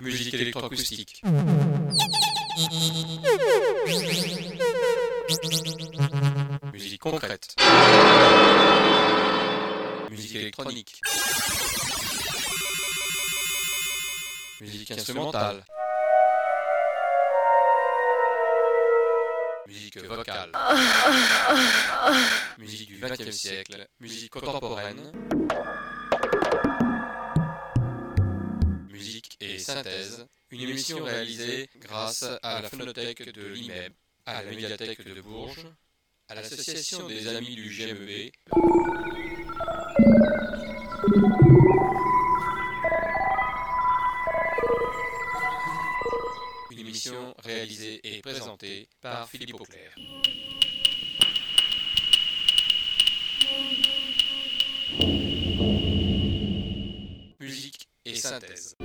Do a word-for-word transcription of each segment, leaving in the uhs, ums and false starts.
Musique électroacoustique. Musique concrète. Musique électronique. Musique instrumentale. Musique vocale. Musique du vingtième siècle. Musique contemporaine. Musique et synthèse. Une émission réalisée grâce à la phonothèque de l'I M E B, à la médiathèque de Bourges, à l'association des amis du G M E B. Une émission réalisée et présentée par Philippe Auclair. Musique et synthèse.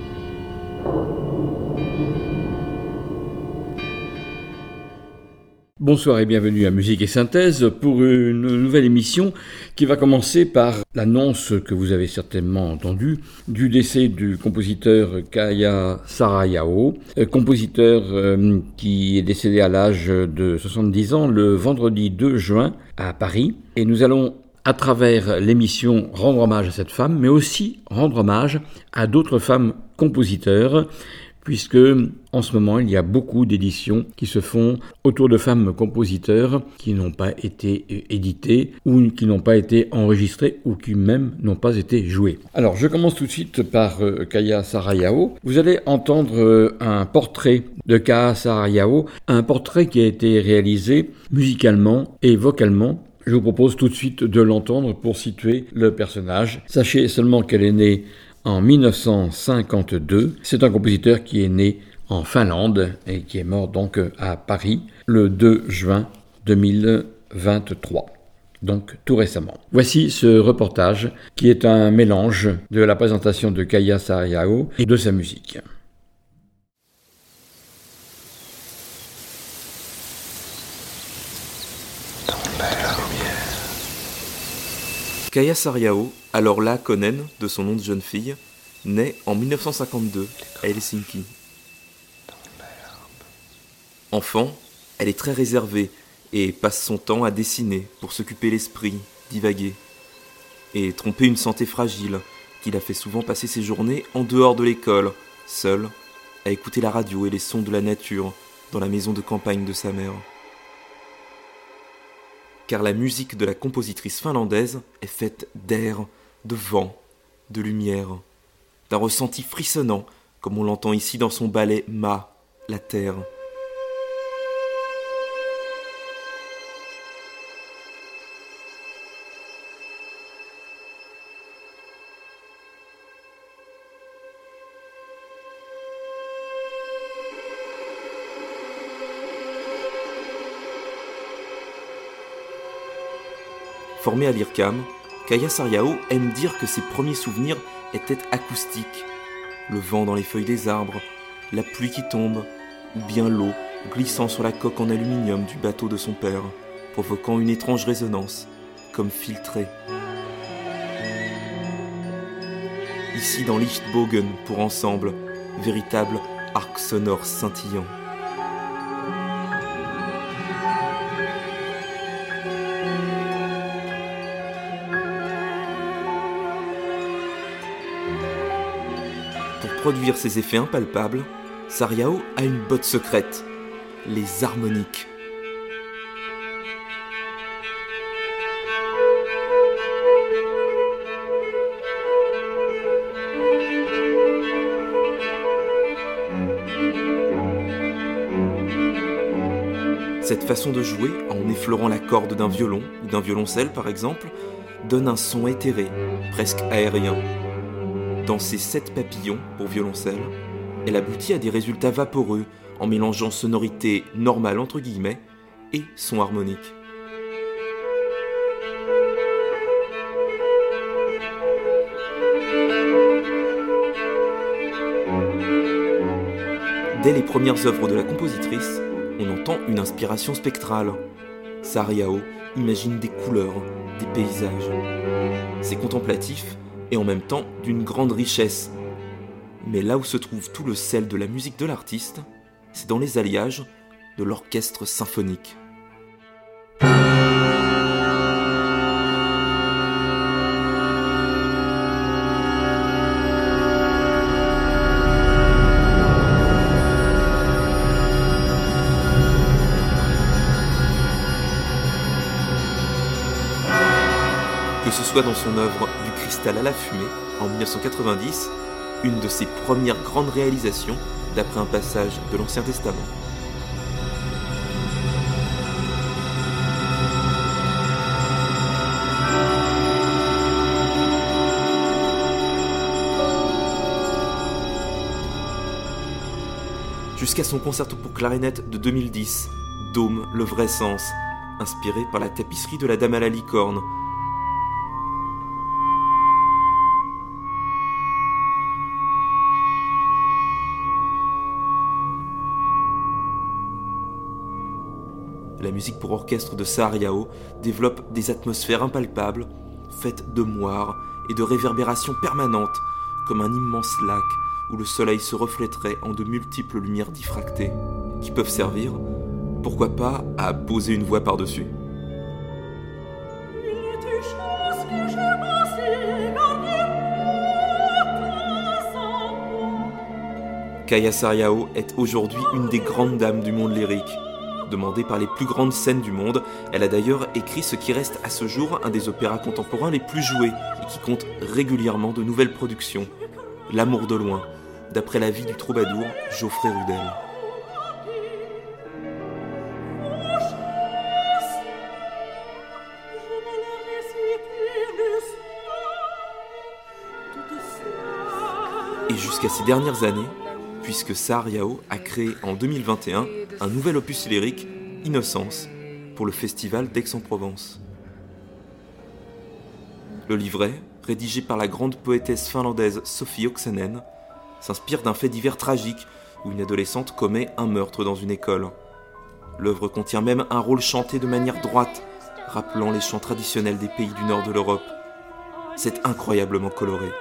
Bonsoir et bienvenue à Musique et Synthèse pour une nouvelle émission qui va commencer par l'annonce que vous avez certainement entendue du décès du compositeur Kaya Sarayao, compositeur qui est décédé à l'âge de soixante-dix ans le vendredi deux juin à Paris. Et nous allons à travers l'émission rendre hommage à cette femme, mais aussi rendre hommage à d'autres femmes compositeurs, puisque en ce moment, il y a beaucoup d'éditions qui se font autour de femmes compositeurs qui n'ont pas été éditées ou qui n'ont pas été enregistrées ou qui même n'ont pas été jouées. Alors, je commence tout de suite par euh, Kaya Sarayao. Vous allez entendre euh, un portrait de Kaya Sarayao, un portrait qui a été réalisé musicalement et vocalement. Je vous propose tout de suite de l'entendre pour situer le personnage. Sachez seulement qu'elle est née en dix-neuf cent cinquante-deux. C'est un compositeur qui est né en Finlande et qui est mort donc à Paris le deux juin deux mille vingt-trois. Donc tout récemment. Voici ce reportage qui est un mélange de la présentation de Kaya Sarayao et de sa musique. Kaya Sarayao, alors là Konen, de son nom de jeune fille, naît en dix-neuf cent cinquante-deux à Helsinki. Enfant, elle est très réservée et passe son temps à dessiner pour s'occuper l'esprit, divaguer, et tromper une santé fragile qui la fait souvent passer ses journées en dehors de l'école, seule, à écouter la radio et les sons de la nature dans la maison de campagne de sa mère. Car la musique de la compositrice finlandaise est faite d'air, de vent, de lumière, d'un ressenti frissonnant, comme on l'entend ici dans son ballet Ma, la terre. Formée à l'I R C A M, Kaya Sarayao aime dire que ses premiers souvenirs étaient acoustiques. Le vent dans les feuilles des arbres, la pluie qui tombe, ou bien l'eau glissant sur la coque en aluminium du bateau de son père, provoquant une étrange résonance, comme filtrée. Ici dans Lichtbogen pour ensemble, véritable arc sonore scintillant. Pour produire ces effets impalpables, Sarayao a une botte secrète, les harmoniques. Cette façon de jouer, en effleurant la corde d'un violon ou d'un violoncelle par exemple, donne un son éthéré, presque aérien. Dans ses sept papillons pour violoncelle, elle aboutit à des résultats vaporeux en mélangeant sonorité normale entre guillemets et son harmonique. Dès les premières œuvres de la compositrice, on entend une inspiration spectrale. Sarayao imagine des couleurs, des paysages. C'est contemplatif et en même temps d'une grande richesse. Mais là où se trouve tout le sel de la musique de l'artiste, c'est dans les alliages de l'orchestre symphonique. Que ce soit dans son œuvre Du cristal à la fumée, en mille neuf cent quatre-vingt-dix, une de ses premières grandes réalisations d'après un passage de l'Ancien Testament. Jusqu'à son concerto pour clarinette de deux mille dix, Dôme, le vrai sens, inspiré par la tapisserie de la Dame à la licorne. La musique pour orchestre de Saariaho développe des atmosphères impalpables, faites de moires et de réverbérations permanentes, comme un immense lac où le soleil se reflèterait en de multiples lumières diffractées, qui peuvent servir, pourquoi pas, à poser une voix par-dessus. Kaya Saariaho est aujourd'hui une des grandes dames du monde lyrique. Demandée par les plus grandes scènes du monde, elle a d'ailleurs écrit ce qui reste à ce jour un des opéras contemporains les plus joués et qui compte régulièrement de nouvelles productions. L'amour de loin, d'après la vie du troubadour Geoffrey Rudel. Et jusqu'à ces dernières années, puisque Saariaho a créé en deux mille vingt et un un nouvel opus lyrique, Innocence, pour le festival d'Aix-en-Provence. Le livret, rédigé par la grande poétesse finlandaise Sophie Oksanen, s'inspire d'un fait divers tragique où une adolescente commet un meurtre dans une école. L'œuvre contient même un rôle chanté de manière droite, rappelant les chants traditionnels des pays du nord de l'Europe. C'est incroyablement coloré.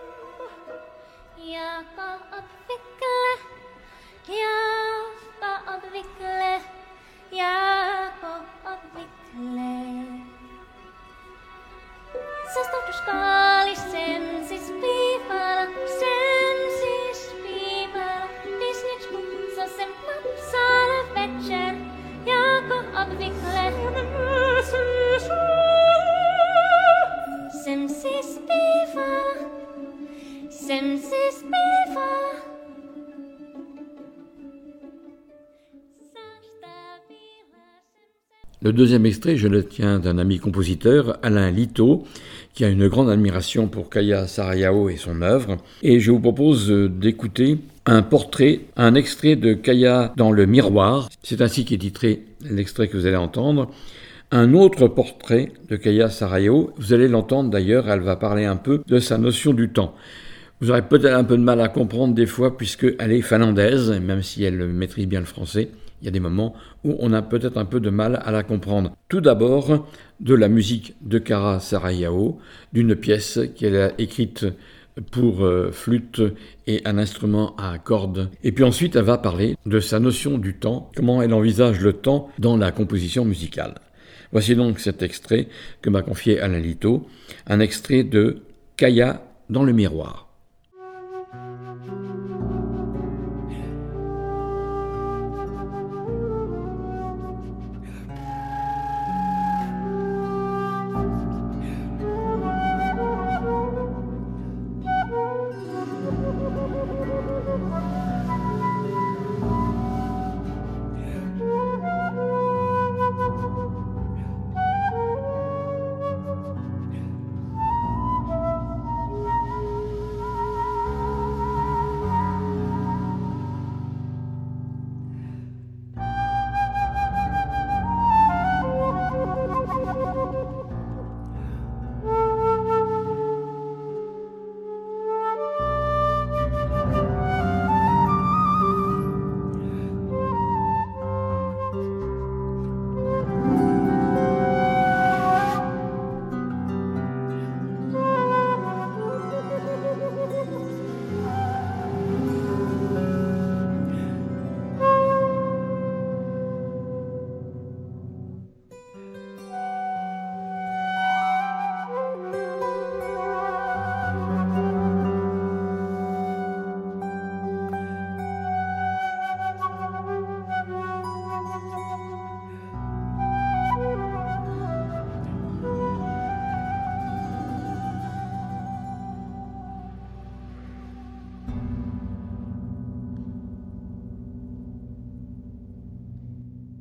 Le deuxième extrait, je le tiens d'un ami compositeur, Alain Lito, qui a une grande admiration pour Kaya Saariaho et son œuvre. Et je vous propose d'écouter un portrait, un extrait de Kaya dans le miroir. C'est ainsi qu'est titré l'extrait que vous allez entendre. Un autre portrait de Kaya Saariaho, vous allez l'entendre d'ailleurs, elle va parler un peu de sa notion du temps. Vous aurez peut-être un peu de mal à comprendre des fois puisqu'elle est finlandaise, même si elle maîtrise bien le français. Il y a des moments où on a peut-être un peu de mal à la comprendre. Tout d'abord, de la musique de Kaya Saariaho, d'une pièce qu'elle a écrite pour euh, flûte et un instrument à cordes. Et puis ensuite, elle va parler de sa notion du temps, comment elle envisage le temps dans la composition musicale. Voici donc cet extrait que m'a confié Alain Lito, un extrait de Kaya dans le miroir.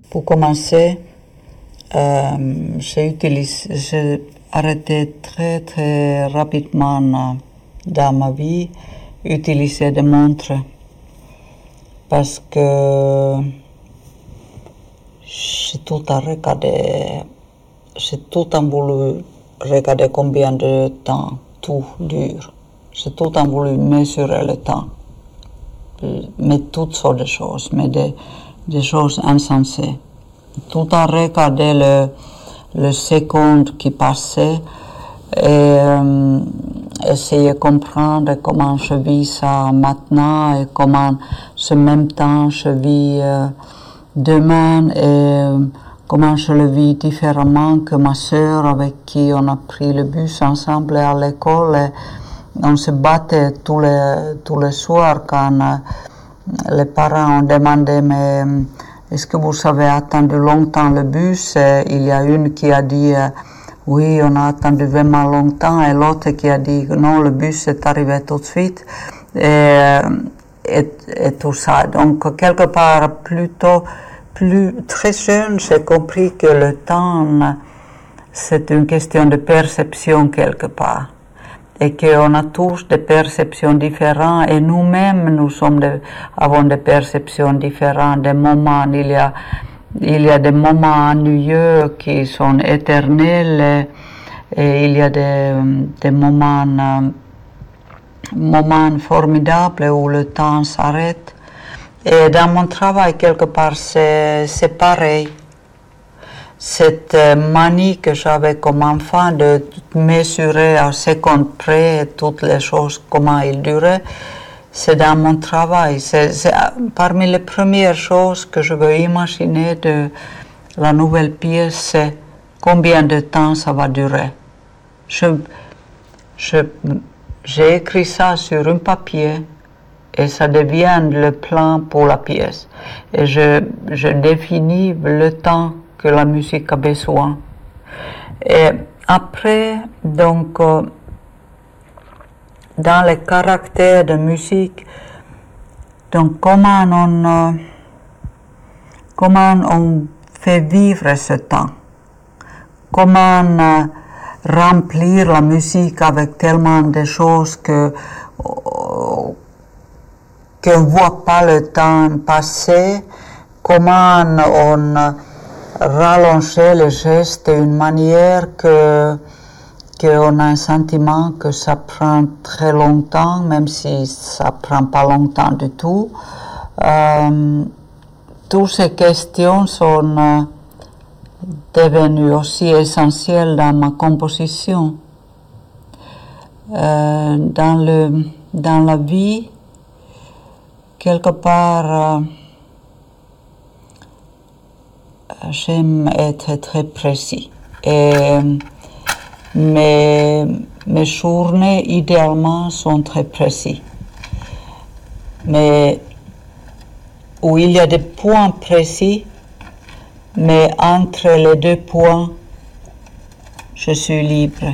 Pour commencer, euh, j'ai, utilisé, j'ai arrêté très très rapidement dans ma vie utiliser des montres parce que j'ai tout le temps regardé, j'ai tout le temps voulu regarder combien de temps tout dure. J'ai tout le temps voulu mesurer le temps, mais toutes sortes de choses, mais des, des choses insensées. Tout le temps regarder le, le seconde qui passait et euh, essayer de comprendre comment je vis ça maintenant et comment ce même temps je vis euh, demain et euh, comment je le vis différemment que ma sœur avec qui on a pris le bus ensemble à l'école. Et on se battait tous les, tous les soirs quand euh, les parents ont demandé mais est-ce que vous avez attendu longtemps le bus? Et il y a une qui a dit euh, oui, on a attendu vraiment longtemps et l'autre qui a dit non, le bus est arrivé tout de suite et, et, et tout ça. Donc quelque part plutôt plus très jeune, j'ai compris que le temps c'est une question de perception quelque part. Et qu'on a tous des perceptions différentes et nous-mêmes nous sommes de, avons des perceptions différentes, des moments, il y a, il y a des moments ennuyeux qui sont éternels et, et il y a des, des moments, euh, moments formidables où le temps s'arrête. Et dans mon travail, quelque part, c'est, c'est pareil. Cette manie que j'avais comme enfant de mesurer à seconde près toutes les choses, comment ils duraient, c'est dans mon travail. C'est, c'est parmi les premières choses que je veux imaginer de la nouvelle pièce, c'est combien de temps ça va durer. Je, je, j'ai écrit ça sur un papier et ça devient le plan pour la pièce. Et je, je définis le temps que la musique a besoin. Et après, donc, euh, dans les caractères de musique, donc comment on, euh, comment on fait vivre ce temps, comment euh, remplir la musique avec tellement de choses que euh, qu'on ne voit pas le temps passer, comment on euh, rallonger les gestes d'une manière que qu'on a un sentiment que ça prend très longtemps, même si ça prend pas longtemps du tout. Euh, toutes ces questions sont euh, devenues aussi essentielles dans ma composition. Euh, dans le dans la vie, quelque part. Euh, J'aime être très précis. Et mes, mes journées, idéalement, sont très précis. Mais où il y a des points précis, mais entre les deux points, je suis libre.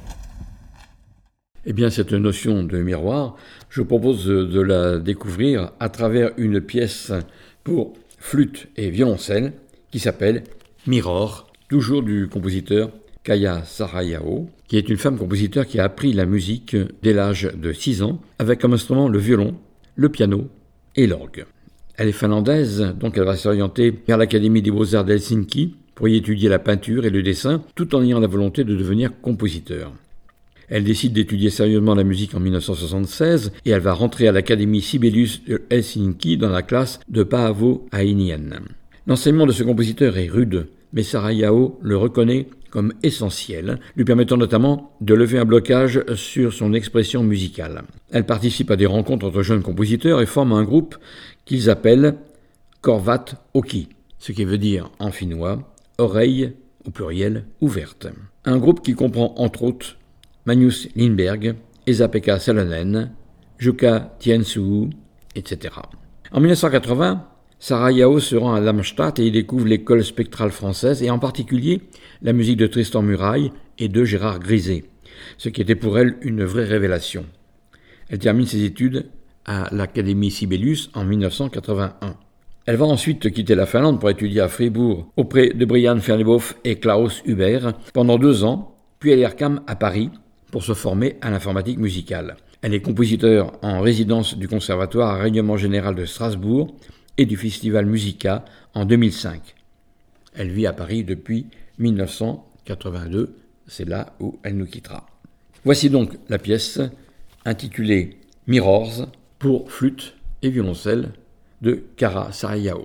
Eh bien, cette notion de miroir, je propose de la découvrir à travers une pièce pour flûte et violoncelle, qui s'appelle Mirror, toujours du compositeur Kaya Sarayao, qui est une femme compositeur qui a appris la musique dès l'âge de six ans, avec comme instrument le violon, le piano et l'orgue. Elle est finlandaise, donc elle va s'orienter vers l'Académie des Beaux-Arts d'Helsinki pour y étudier la peinture et le dessin, tout en ayant la volonté de devenir compositeur. Elle décide d'étudier sérieusement la musique en dix-neuf cent soixante-seize et elle va rentrer à l'Académie Sibelius de Helsinki dans la classe de Paavo Aininen. L'enseignement de ce compositeur est rude, mais Sarayao le reconnaît comme essentiel, lui permettant notamment de lever un blocage sur son expression musicale. Elle participe à des rencontres entre jeunes compositeurs et forme un groupe qu'ils appellent Korvat Oki, ce qui veut dire en finnois « oreille » au pluriel « ouverte ». Un groupe qui comprend entre autres Magnus Lindberg, Esa-Pekka Salonen, Jukka Tiensuu, et cetera. En dix-neuf cent quatre-vingts, Sarayao se rend à Darmstadt et y découvre l'école spectrale française et en particulier la musique de Tristan Murail et de Gérard Griset, ce qui était pour elle une vraie révélation. Elle termine ses études à l'Académie Sibelius en dix-neuf cent quatre-vingt-un. Elle va ensuite quitter la Finlande pour étudier à Fribourg auprès de Brian Ferneboff et Klaus Huber pendant deux ans, puis à l'I R C A M à Paris pour se former à l'informatique musicale. Elle est compositeur en résidence du Conservatoire à Règlement Général de Strasbourg et du Festival Musica en deux mille cinq. Elle vit à Paris depuis mille neuf cent quatre-vingt-deux, c'est là où elle nous quittera. Voici donc la pièce intitulée Mirrors pour flûte et violoncelle de Cara Sarayao.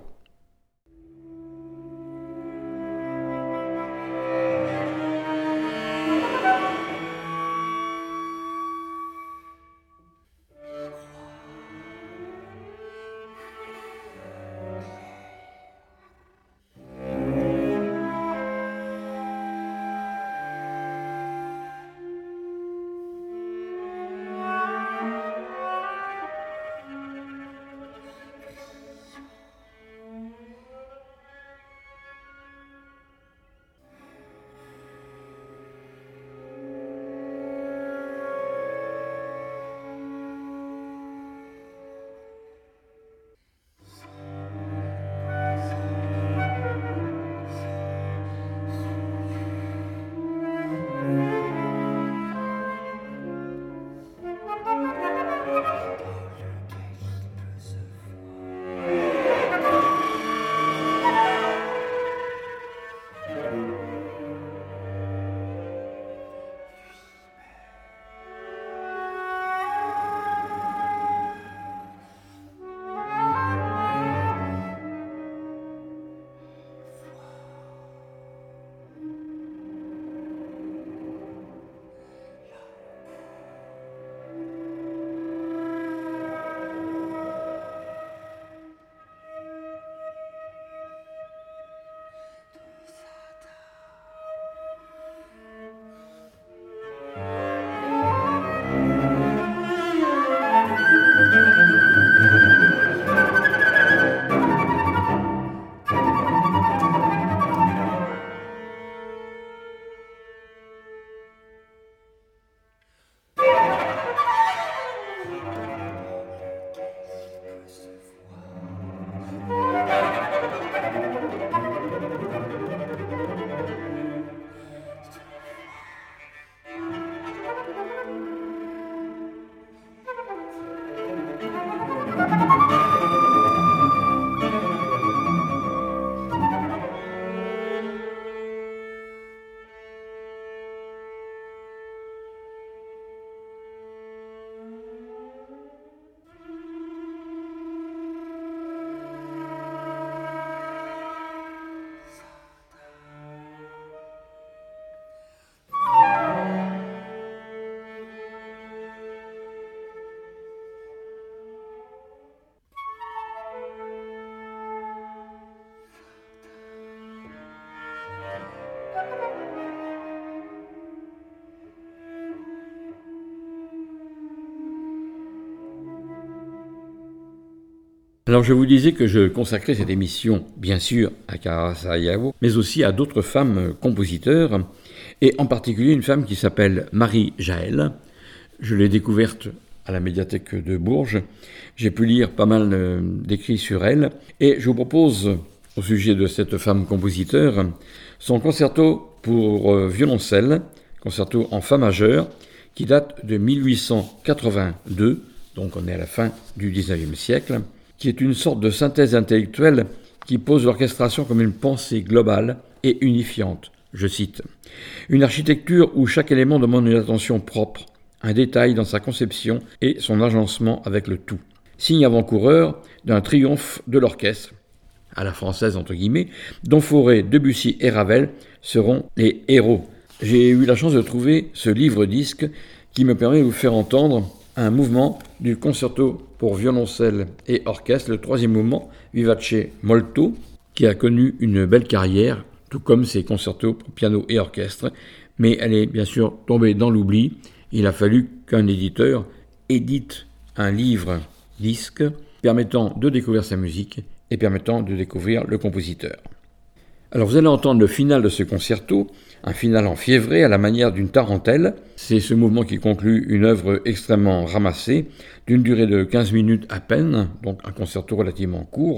Alors je vous disais que je consacrais cette émission, bien sûr, à Cara Sarayao, mais aussi à d'autres femmes compositeurs, et en particulier une femme qui s'appelle Marie Jaël. Je l'ai découverte à la médiathèque de Bourges. J'ai pu lire pas mal d'écrits sur elle, et je vous propose, au sujet de cette femme compositeur, son concerto pour violoncelle, concerto en fa majeur, qui date de mille huit cent quatre-vingt-deux, donc on est à la fin du dix-neuvième siècle, qui est une sorte de synthèse intellectuelle qui pose l'orchestration comme une pensée globale et unifiante. Je cite, « Une architecture où chaque élément demande une attention propre, un détail dans sa conception et son agencement avec le tout. Signe avant-coureur d'un triomphe de l'orchestre, à la française entre guillemets, dont Fauré, Debussy et Ravel seront les héros. » J'ai eu la chance de trouver ce livre-disque qui me permet de vous faire entendre un mouvement du concerto pour violoncelle et orchestre, le troisième mouvement, Vivace Molto, qui a connu une belle carrière, tout comme ses concertos pour piano et orchestre, mais elle est bien sûr tombée dans l'oubli. Il a fallu qu'un éditeur édite un livre-disque permettant de découvrir sa musique et permettant de découvrir le compositeur. Alors vous allez entendre le final de ce concerto, un final en fiévré à la manière d'une tarentelle. C'est ce mouvement qui conclut une œuvre extrêmement ramassée, d'une durée de quinze minutes à peine, donc un concerto relativement court.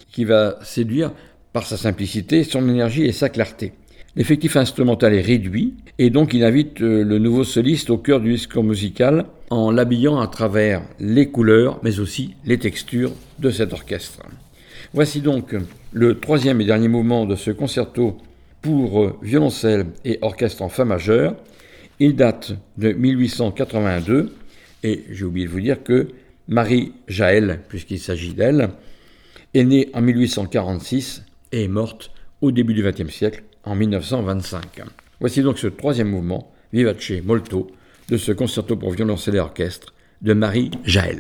qui va séduire par sa simplicité, son énergie et sa clarté. L'effectif instrumental est réduit et donc il invite le nouveau soliste au cœur du discours musical en l'habillant à travers les couleurs mais aussi les textures de cet orchestre. Voici donc le troisième et dernier mouvement de ce concerto pour violoncelle et orchestre en fa majeur. Il date de mille huit cent quatre-vingt-deux et j'ai oublié de vous dire que Marie Jaël, puisqu'il s'agit d'elle, est née en mille huit cent quarante-six et est morte au début du vingtième siècle, en mille neuf cent vingt-cinq. Voici donc ce troisième mouvement, Vivace Molto, de ce concerto pour violoncelle et orchestre de Marie Jaël.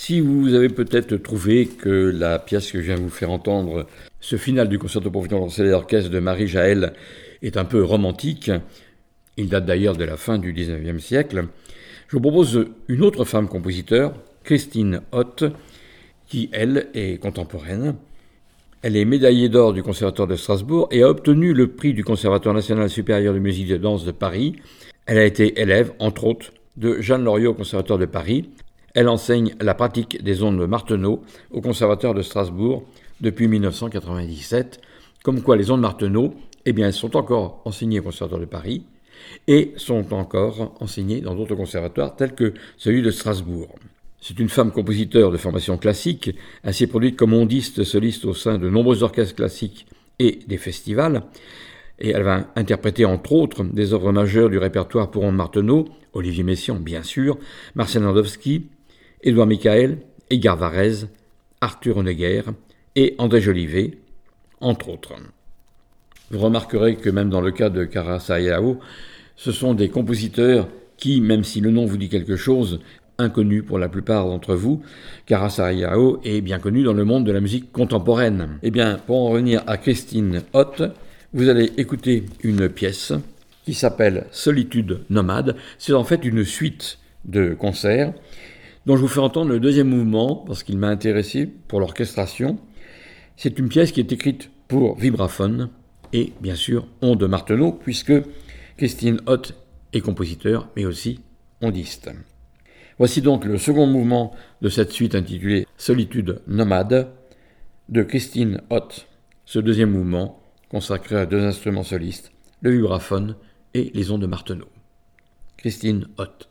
Si vous avez peut-être trouvé que la pièce que je viens de vous faire entendre, ce final du concerto pour violoncelle et orchestre de Marie Jaël, est un peu romantique, il date d'ailleurs de la fin du dix-neuvième siècle, je vous propose une autre femme compositeur, Christine Ott, qui, elle, est contemporaine. Elle est médaillée d'or du Conservatoire de Strasbourg et a obtenu le prix du Conservatoire national supérieur de musique et de danse de Paris. Elle a été élève, entre autres, de Jeanne Loriot au Conservatoire de Paris. Elle enseigne la pratique des ondes de Martenot au Conservatoire de Strasbourg depuis mille neuf cent quatre-vingt-dix-sept. Comme quoi les ondes Martenot, eh bien, elles sont encore enseignées au Conservatoire de Paris et sont encore enseignées dans d'autres conservatoires tels que celui de Strasbourg. C'est une femme compositeur de formation classique, ainsi produite comme ondiste soliste au sein de nombreux orchestres classiques et des festivals. Et elle va interpréter entre autres des œuvres majeures du répertoire pour ondes Martenot, Olivier Messiaen bien sûr, Marcel Landowski, Édouard Michael, Edgar Varèse, Arthur Honegger et André Jolivet, entre autres. Vous remarquerez que même dans le cas de Cara Sayao, ce sont des compositeurs qui, même si le nom vous dit quelque chose, inconnus pour la plupart d'entre vous, Cara Sayao est bien connu dans le monde de la musique contemporaine. Eh bien, pour en revenir à Christine Ott, vous allez écouter une pièce qui s'appelle Solitude nomade. C'est en fait une suite de concerts dont je vous fais entendre le deuxième mouvement parce qu'il m'a intéressé pour l'orchestration. C'est une pièce qui est écrite pour vibraphone et bien sûr ondes Martenot puisque Christine Ott est compositeur mais aussi ondiste. Voici donc le second mouvement de cette suite intitulée Solitude nomade de Christine Ott. Ce deuxième mouvement consacré à deux instruments solistes, le vibraphone et les ondes Martenot. Christine Ott.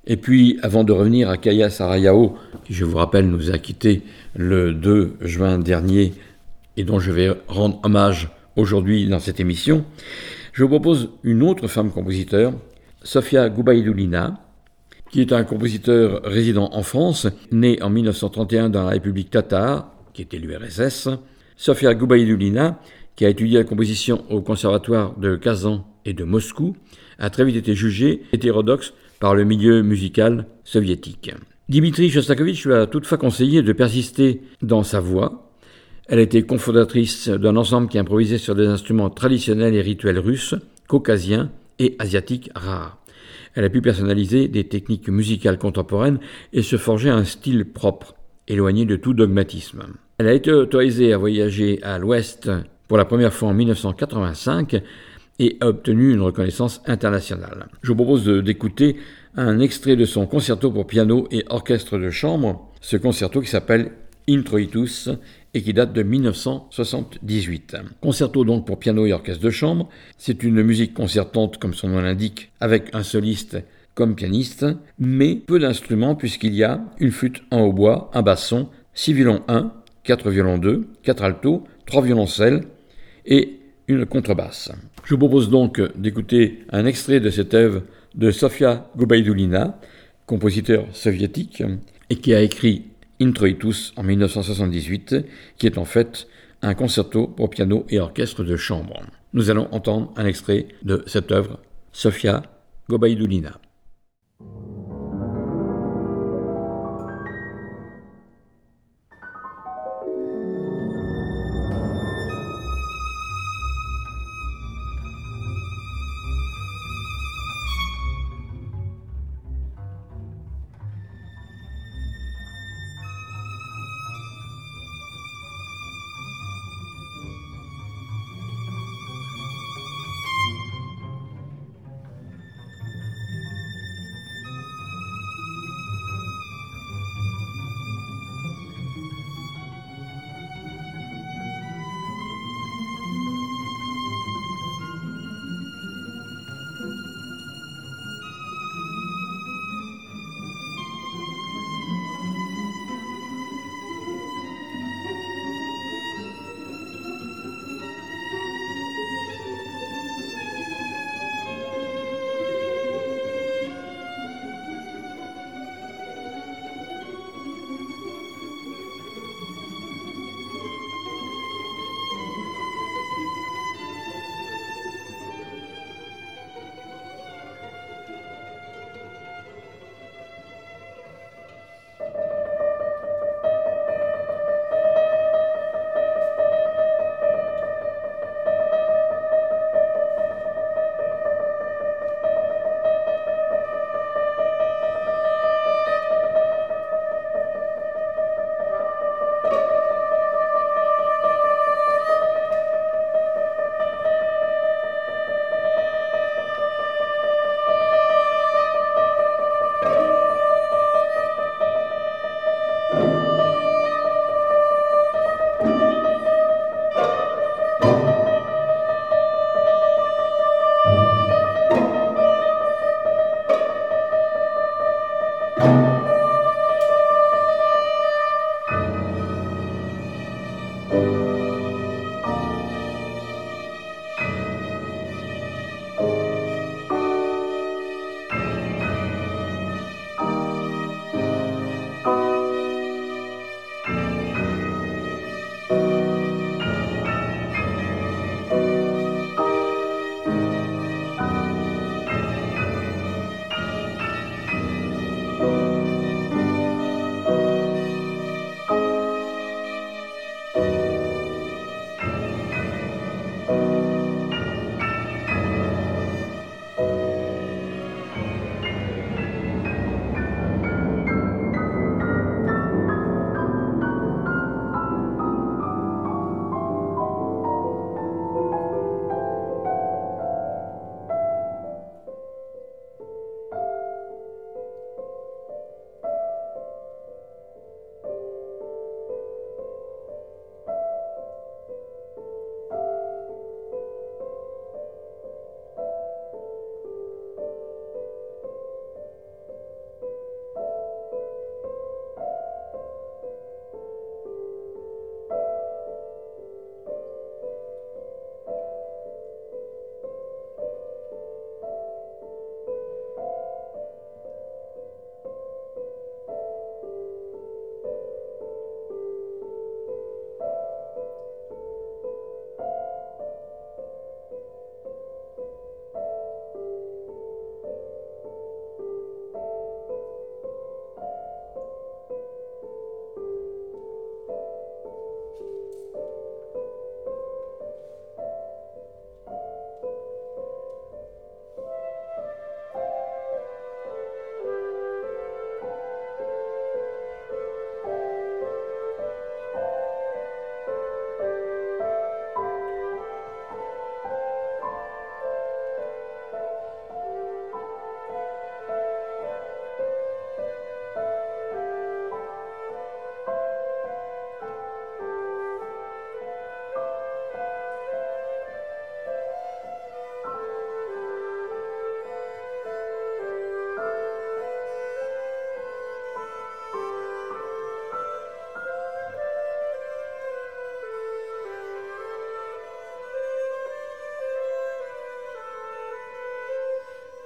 Et puis, avant de revenir à Kaya Sarayao, qui, je vous rappelle, nous a quittés le deux juin dernier et dont je vais rendre hommage aujourd'hui dans cette émission, je vous propose une autre femme compositeur, Sofia Gubaidulina, qui est un compositeur résident en France, né en mille neuf cent trente et un dans la République tatare, qui était l'U R S S. Sofia Gubaidulina, qui a étudié la composition au conservatoire de Kazan et de Moscou, a très vite été jugée hétérodoxe par le milieu musical soviétique. Dimitri Shostakovich lui a toutefois conseillé de persister dans sa voie. Elle a été cofondatrice d'un ensemble qui improvisait sur des instruments traditionnels et rituels russes, caucasiens et asiatiques rares. Elle a pu personnaliser des techniques musicales contemporaines et se forger un style propre, éloigné de tout dogmatisme. Elle a été autorisée à voyager à l'Ouest pour la première fois en mille neuf cent quatre-vingt-cinq et a obtenu une reconnaissance internationale. Je vous propose de, d'écouter un extrait de son concerto pour piano et orchestre de chambre, ce concerto qui s'appelle Introitus et qui date de mille neuf cent soixante-dix-huit. Concerto donc pour piano et orchestre de chambre, c'est une musique concertante comme son nom l'indique, avec un soliste comme pianiste, mais peu d'instruments puisqu'il y a une flûte en hautbois, un basson, six violons un, quatre violons deux, quatre altos, trois violoncelles et une contrebasse. Je vous propose donc d'écouter un extrait de cette œuvre de Sofia Gubaidulina, compositeur soviétique, et qui a écrit Introitus en mille neuf cent soixante-dix-huit, qui est en fait un concerto pour piano et orchestre de chambre. Nous allons entendre un extrait de cette œuvre, Sofia Gubaidulina.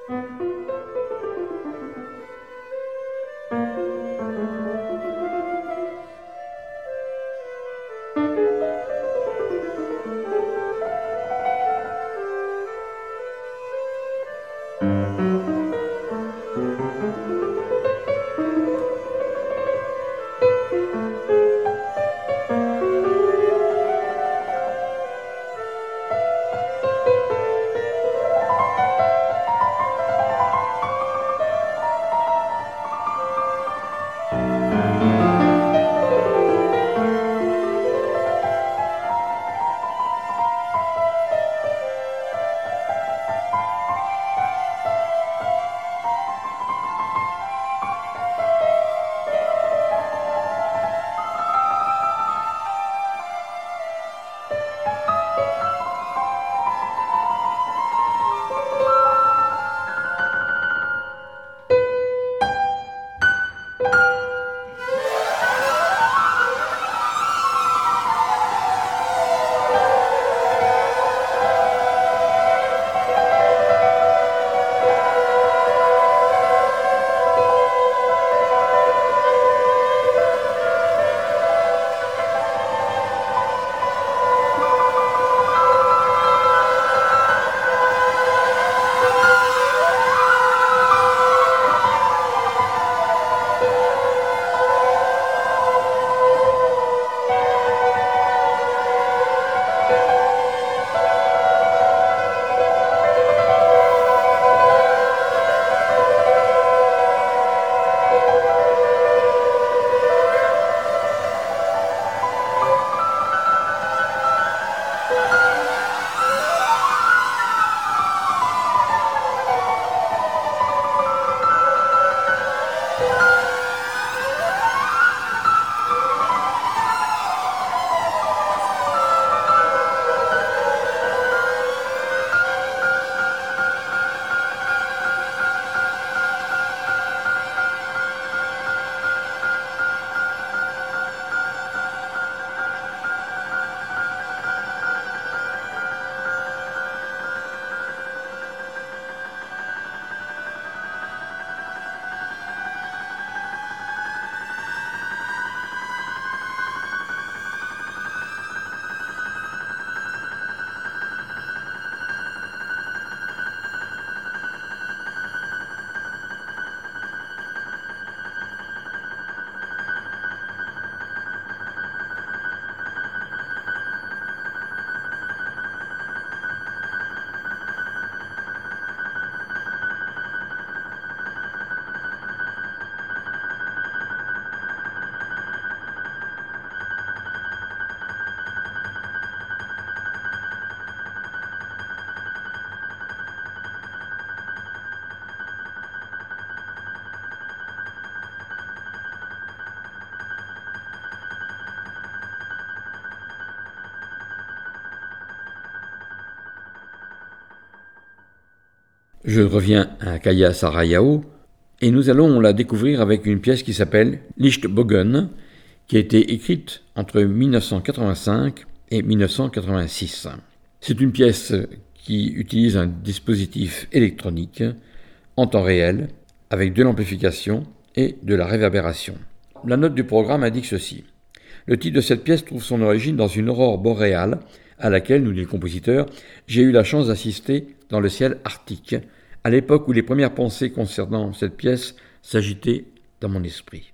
Je reviens à Kaya Sarayao et nous allons la découvrir avec une pièce qui s'appelle Lichtbogen, qui a été écrite entre mille neuf cent quatre-vingt-cinq et mille neuf cent quatre-vingt-six. C'est une pièce qui utilise un dispositif électronique en temps réel avec de l'amplification et de la réverbération. La note du programme indique ceci. Le titre de cette pièce trouve son origine dans une aurore boréale à laquelle, nous dit le compositeur, j'ai eu la chance d'assister dans le ciel arctique, à l'époque où les premières pensées concernant cette pièce s'agitaient dans mon esprit.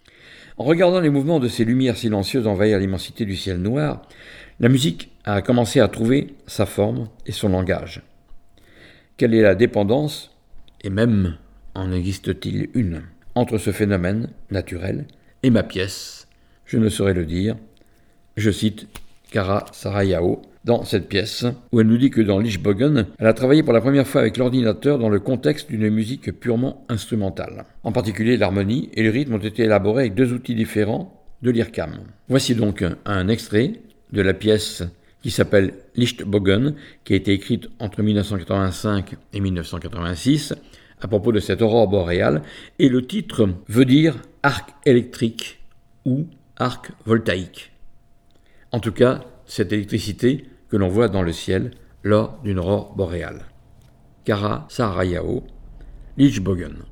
En regardant les mouvements de ces lumières silencieuses envahir l'immensité du ciel noir, la musique a commencé à trouver sa forme et son langage. Quelle est la dépendance, et même en existe-t-il une, entre ce phénomène naturel et ma pièce? Je ne saurais le dire. Je cite Kaya Sarayao dans cette pièce, où elle nous dit que dans Lichtbogen, elle a travaillé pour la première fois avec l'ordinateur dans le contexte d'une musique purement instrumentale. En particulier, l'harmonie et le rythme ont été élaborés avec deux outils différents de l'I R C A M. Voici donc un extrait de la pièce qui s'appelle Lichtbogen, qui a été écrite entre mille neuf cent quatre-vingt-cinq et mille neuf cent quatre-vingt-six, à propos de cette aurore boréale, et le titre veut dire arc électrique ou arc voltaïque. En tout cas, cette électricité que l'on voit dans le ciel lors d'une aurore boréale. Kaya Sarayao Lichbogen.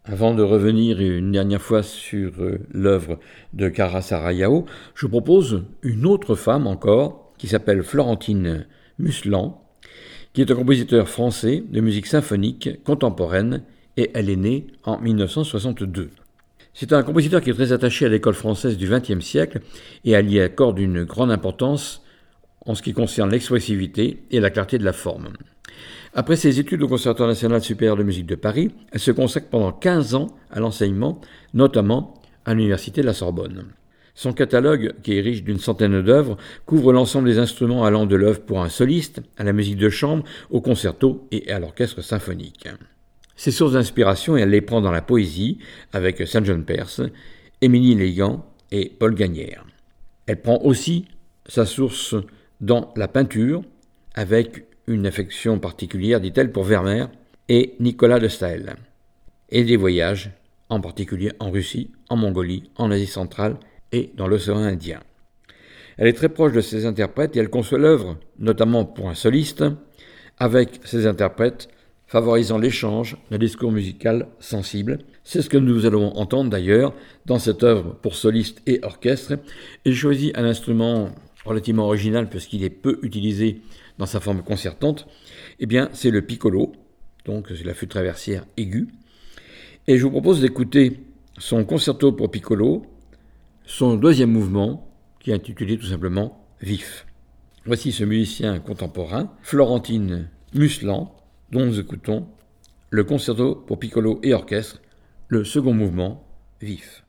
Avant de revenir une dernière fois sur l'œuvre de Kara Sarayao, je vous propose une autre femme encore, qui s'appelle Florentine Muslan, qui est un compositeur français de musique symphonique contemporaine, et elle est née en mille neuf cent soixante-deux. C'est un compositeur qui est très attaché à l'école française du vingtième siècle et elle y accorde une grande importance en ce qui concerne l'expressivité et la clarté de la forme. Après ses études au Conservatoire national supérieur de musique de Paris, elle se consacre pendant quinze ans à l'enseignement, notamment à l'université de la Sorbonne. Son catalogue, qui est riche d'une centaine d'œuvres, couvre l'ensemble des instruments allant de l'œuvre pour un soliste, à la musique de chambre, au concerto et à l'orchestre symphonique. Ses sources d'inspiration, elle les prend dans la poésie, avec Saint John Perse, Émilie Légan et Paul Gagnère. Elle prend aussi sa source dans la peinture, avec une affection particulière, dit-elle, pour Vermeer et Nicolas de Staël, et des voyages, en particulier en Russie, en Mongolie, en Asie centrale et dans l'océan Indien. Elle est très proche de ses interprètes et elle conçoit l'œuvre, notamment pour un soliste, avec ses interprètes, favorisant l'échange d'un discours musical sensible. C'est ce que nous allons entendre d'ailleurs dans cette œuvre pour soliste et orchestre. Et j'ai choisi un instrument relativement original puisqu'il est peu utilisé dans sa forme concertante. Eh bien, c'est le piccolo, donc c'est la flûte traversière aiguë. Et je vous propose d'écouter son concerto pour piccolo, son deuxième mouvement, qui est intitulé tout simplement « Vif ». Voici ce musicien contemporain, Florentine Muslan, dont nous écoutons le concerto pour piccolo et orchestre, le second mouvement, Vif.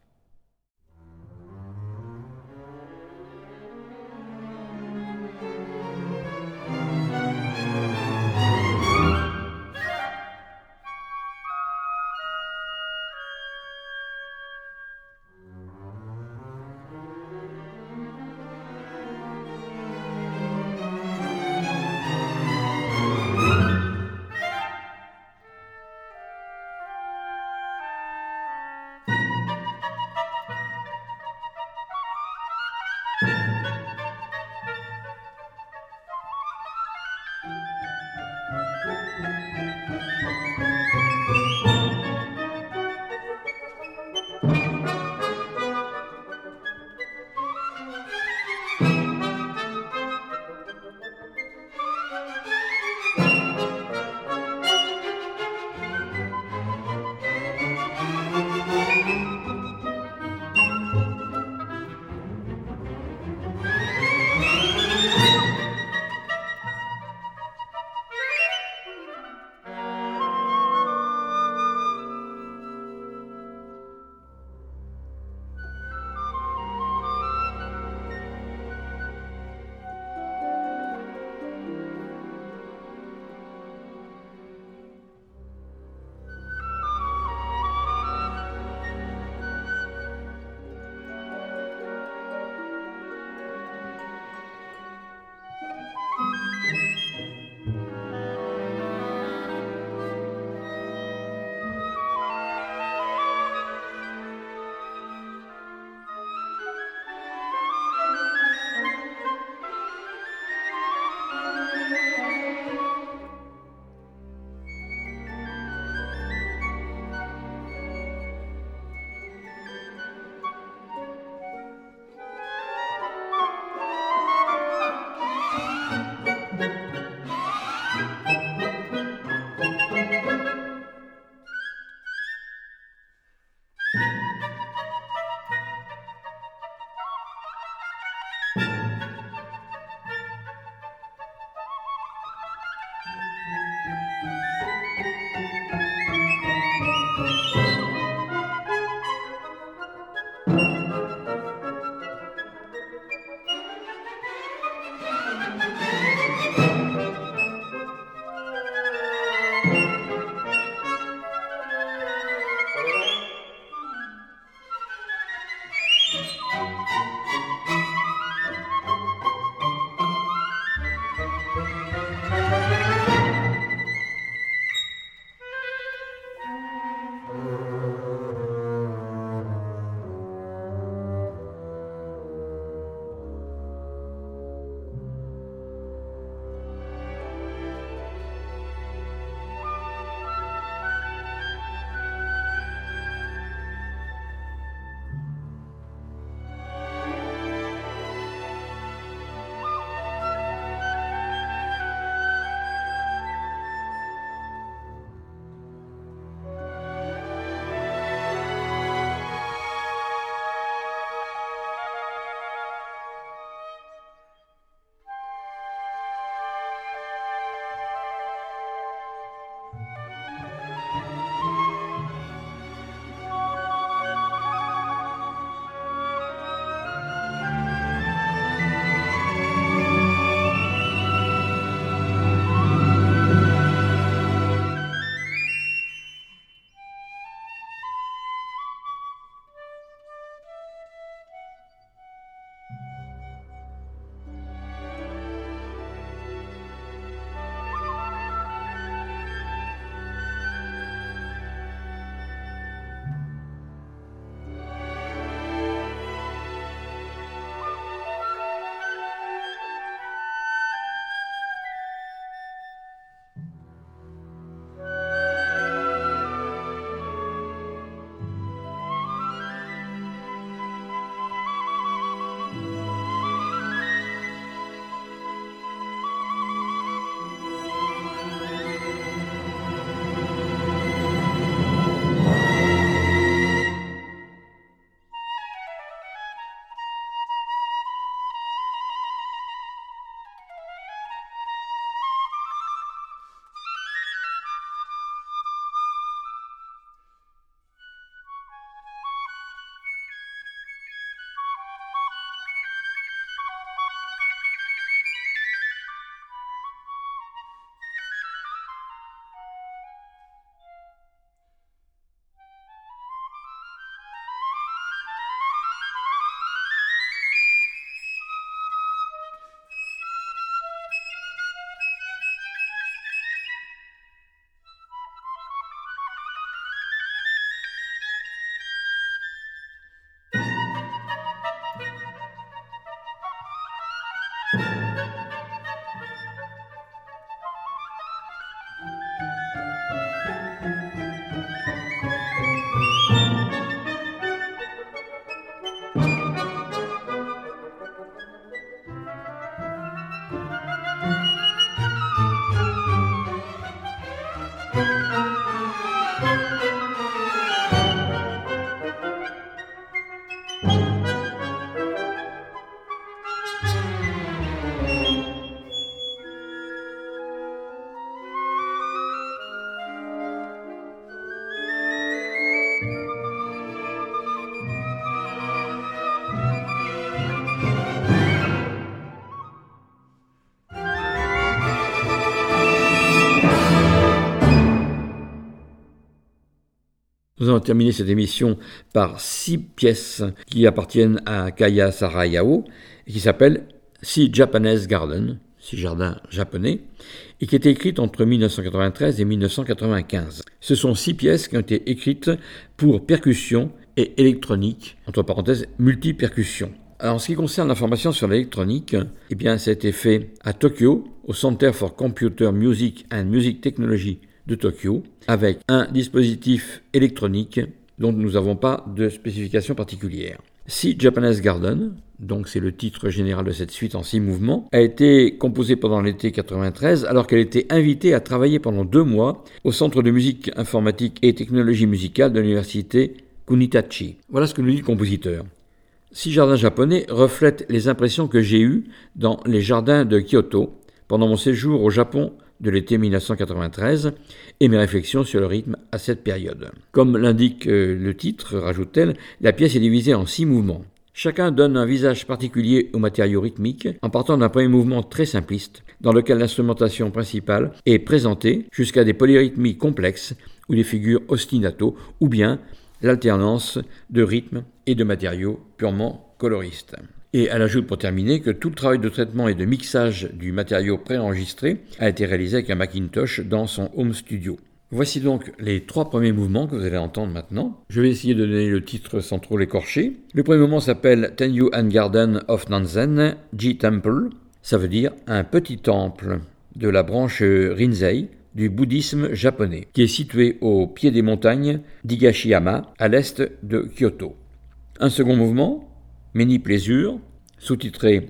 Nous allons terminer cette émission par six pièces qui appartiennent à Kaya Sarayao et qui s'appellent Six Japanese Garden, six jardins japonais, et qui étaient écrites entre mille neuf cent quatre-vingt-treize et mille neuf cent quatre-vingt-quinze. Ce sont six pièces qui ont été écrites pour percussion et électronique, entre parenthèses multi-percussion. Alors, en ce qui concerne l'information sur l'électronique, eh bien, ça a été fait à Tokyo, au Center for Computer Music and Music Technology de Tokyo, avec un dispositif électronique dont nous n'avons pas de spécification particulière. Six Japanese Garden, donc c'est le titre général de cette suite en six mouvements, a été composée pendant l'été quatre-vingt-treize alors qu'elle était invitée à travailler pendant deux mois au Centre de musique informatique et technologie musicale de l'université Kunitachi. Voilà ce que nous dit le compositeur. Six jardins japonais reflètent les impressions que j'ai eues dans les jardins de Kyoto pendant mon séjour au Japon de l'été mille neuf cent quatre-vingt-treize et mes réflexions sur le rythme à cette période. Comme l'indique le titre, rajoute-t-elle, la pièce est divisée en six mouvements. Chacun donne un visage particulier aux matériaux rythmiques en partant d'un premier mouvement très simpliste dans lequel l'instrumentation principale est présentée jusqu'à des polyrythmies complexes ou des figures ostinato ou bien l'alternance de rythmes et de matériaux purement coloristes. Et elle ajoute pour terminer que tout le travail de traitement et de mixage du matériau préenregistré a été réalisé avec un Macintosh dans son home studio. Voici donc les trois premiers mouvements que vous allez entendre maintenant. Je vais essayer de donner le titre sans trop l'écorcher. Le premier mouvement s'appelle Tenyu and Garden of Nanzen Ji Temple. Ça veut dire un petit temple de la branche Rinzai du bouddhisme japonais, qui est situé au pied des montagnes d'Higashiyama, à l'est de Kyoto. Un second mouvement, Many Pleasure, sous-titré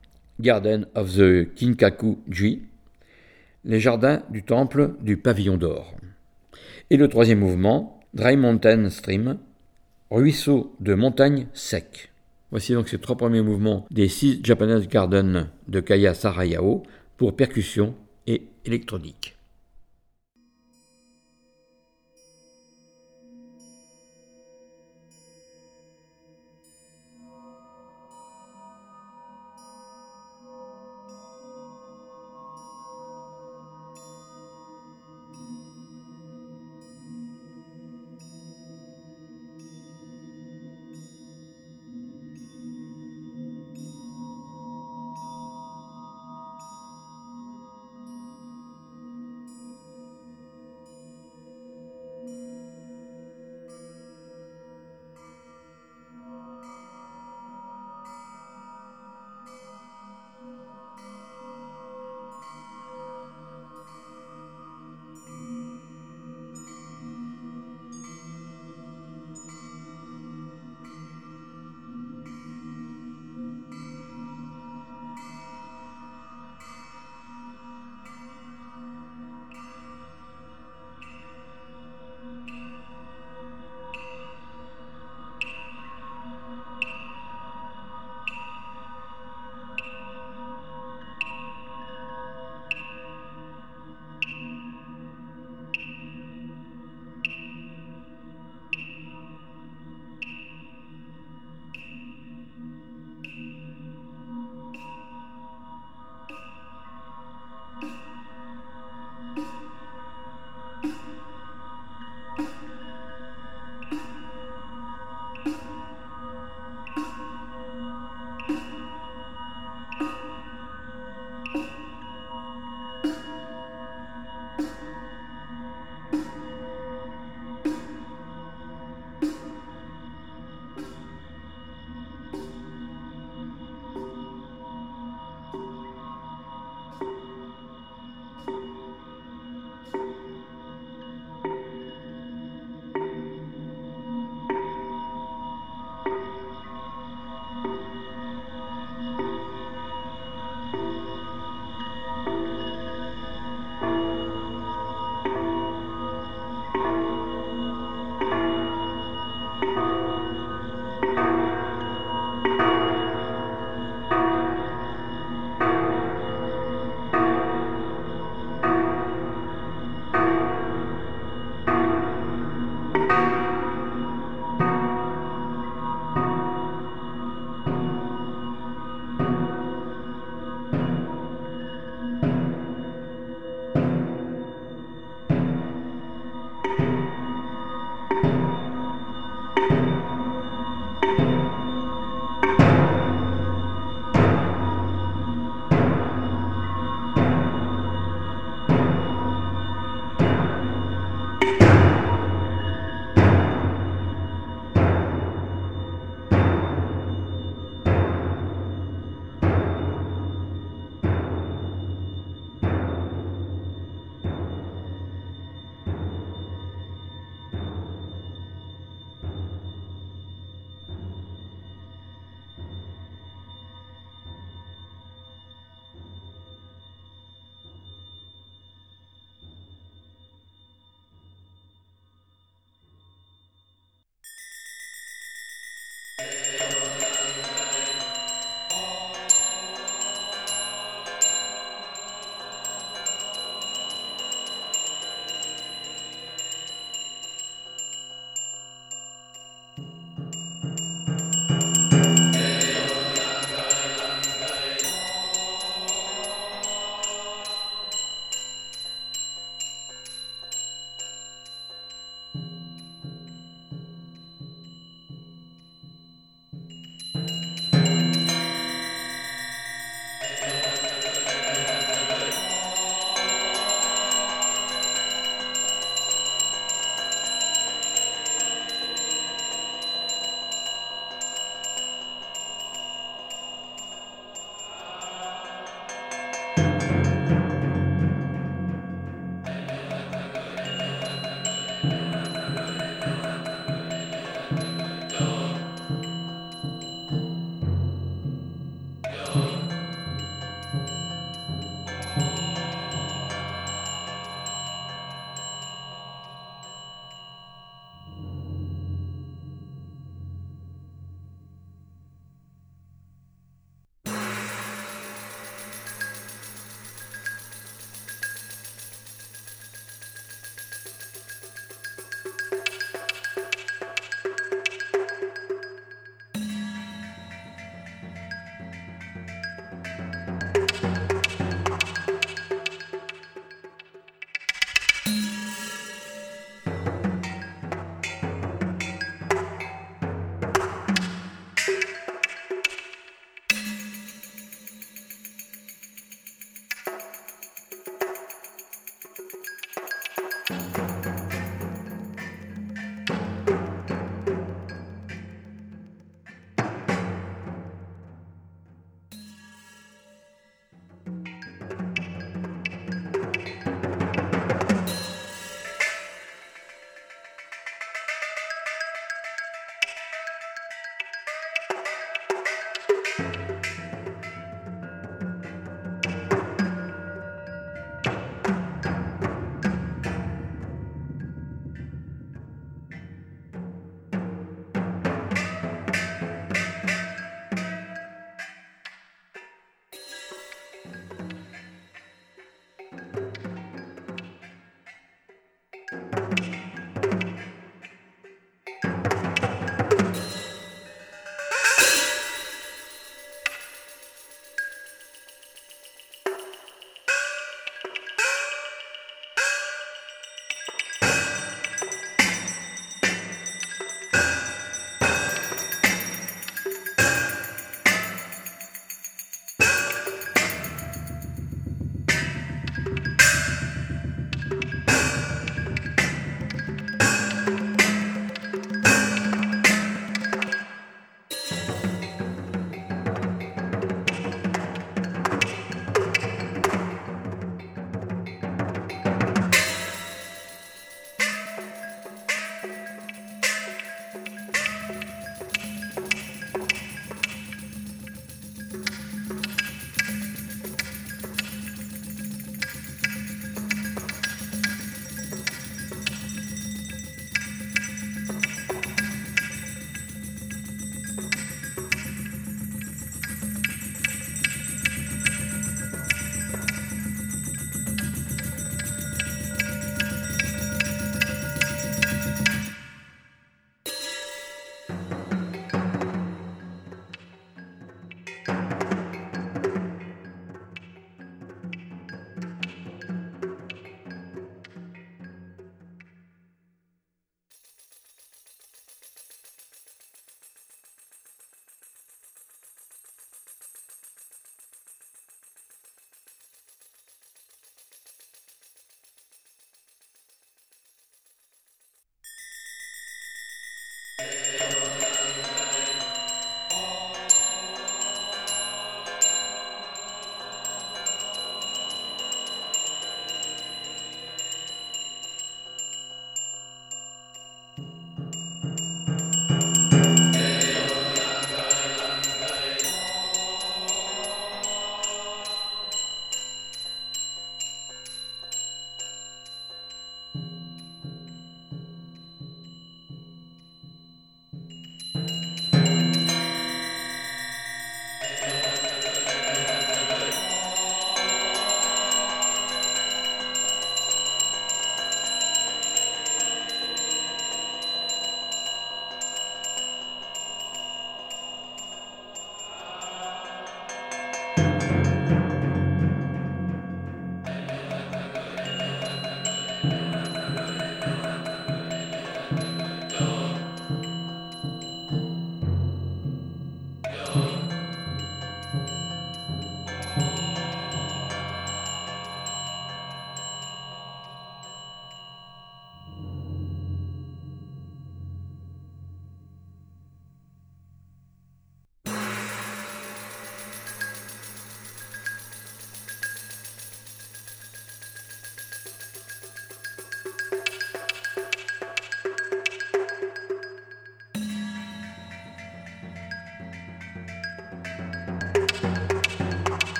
Garden of the Kinkaku-ji, les jardins du temple du pavillon d'or. Et le troisième mouvement, Dry Mountain Stream, ruisseau de montagne sec. Voici donc ces trois premiers mouvements des six Japanese Garden de Kaya Sarayao pour percussion et électronique.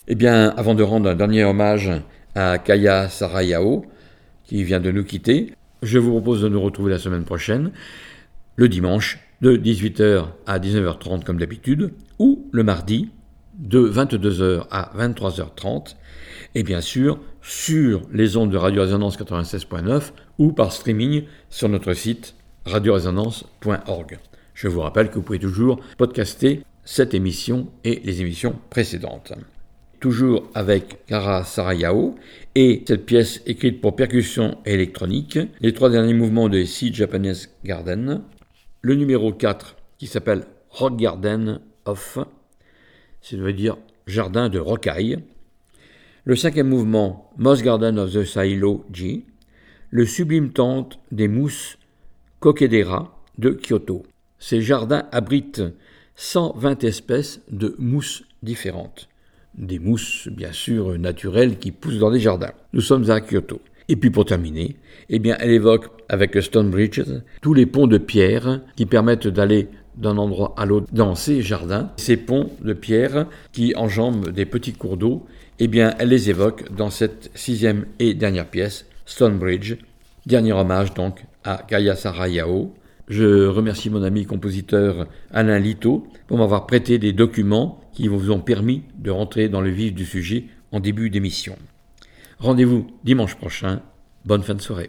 Eh bien, avant de rendre un dernier hommage à Kaya Sarayao, qui vient de nous quitter, je vous propose de nous retrouver la semaine prochaine, le dimanche, de dix-huit heures à dix-neuf heures trente comme d'habitude, ou le mardi, de vingt-deux heures à vingt-trois heures trente, et bien sûr sur les ondes de Radio Résonance quatre-vingt-seize point neuf ou par streaming sur notre site radio résonance point org. Je vous rappelle que vous pouvez toujours podcaster cette émission et les émissions précédentes. Toujours avec Kaya Sarayao et cette pièce écrite pour percussion et électronique, les trois derniers mouvements de Sea Japanese Garden, le numéro quatre qui s'appelle Rock Garden of, ça veut dire jardin de rocailles, le cinquième mouvement Moss Garden of the Silo G, le sublime temple des mousses Kokedera de Kyoto. Ces jardins abritent cent vingt espèces de mousses différentes. Des mousses, bien sûr, naturelles qui poussent dans des jardins. Nous sommes à Kyoto. Et puis pour terminer, eh bien, elle évoque avec le Stone Bridges tous les ponts de pierre qui permettent d'aller d'un endroit à l'autre dans ces jardins. Ces ponts de pierre qui enjambent des petits cours d'eau, eh bien, elle les évoque dans cette sixième et dernière pièce, Stone Bridge. Dernier hommage donc à Kaya Sarayao. Je remercie mon ami compositeur Alain Lito pour m'avoir prêté des documents qui vous ont permis de rentrer dans le vif du sujet en début d'émission. Rendez-vous dimanche prochain. Bonne fin de soirée.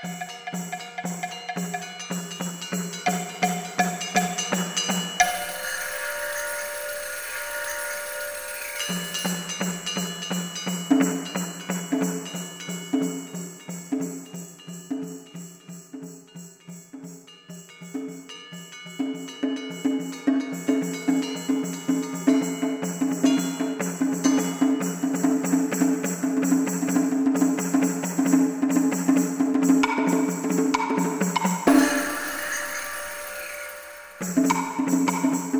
Thank you.